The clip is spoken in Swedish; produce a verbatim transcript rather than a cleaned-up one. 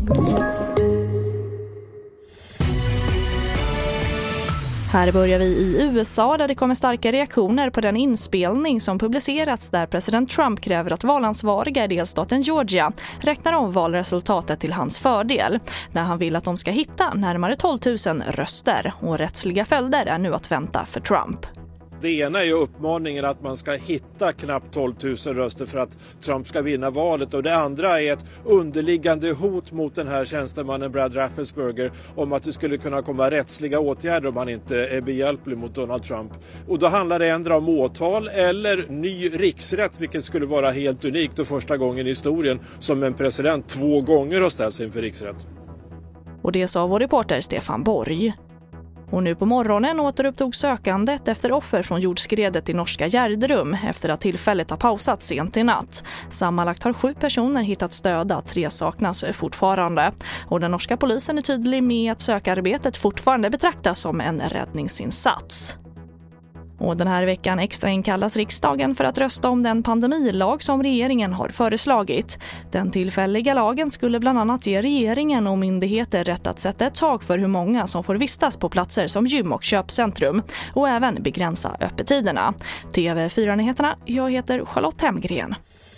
Här börjar vi i U S A där det kommer starka reaktioner på den inspelning som publicerats där president Trump kräver att valansvariga i delstaten Georgia räknar om valresultatet till hans fördel. När han vill att de ska hitta närmare tolv tusen röster och rättsliga följder är nu att vänta för Trump. Det ena är ju uppmaningen att man ska hitta knappt tolv tusen röster för att Trump ska vinna valet. Och det andra är ett underliggande hot mot den här tjänstemannen Brad Raffensperger om att det skulle kunna komma rättsliga åtgärder om han inte är behjälplig mot Donald Trump. Och då handlar det ändå om åtal eller ny riksrätt, vilket skulle vara helt unikt och första gången i historien som en president två gånger har ställts inför riksrätt. Och det sa vår reporter Stefan Borg. Och nu på morgonen återupptog sökandet efter offer från jordskredet i norska Gjerdrum efter att tillfället har pausat sent i natt. Sammanlagt har sju personer hittats döda, tre saknas fortfarande. Och den norska polisen är tydlig med att sökarbetet fortfarande betraktas som en räddningsinsats. Och den här veckan extra inkallas riksdagen för att rösta om den pandemilag som regeringen har föreslagit. Den tillfälliga lagen skulle bland annat ge regeringen och myndigheter rätt att sätta ett tak för hur många som får vistas på platser som gym och köpcentrum och även begränsa öppettiderna. T V fyra-nyheterna, jag heter Charlotte Hemgren.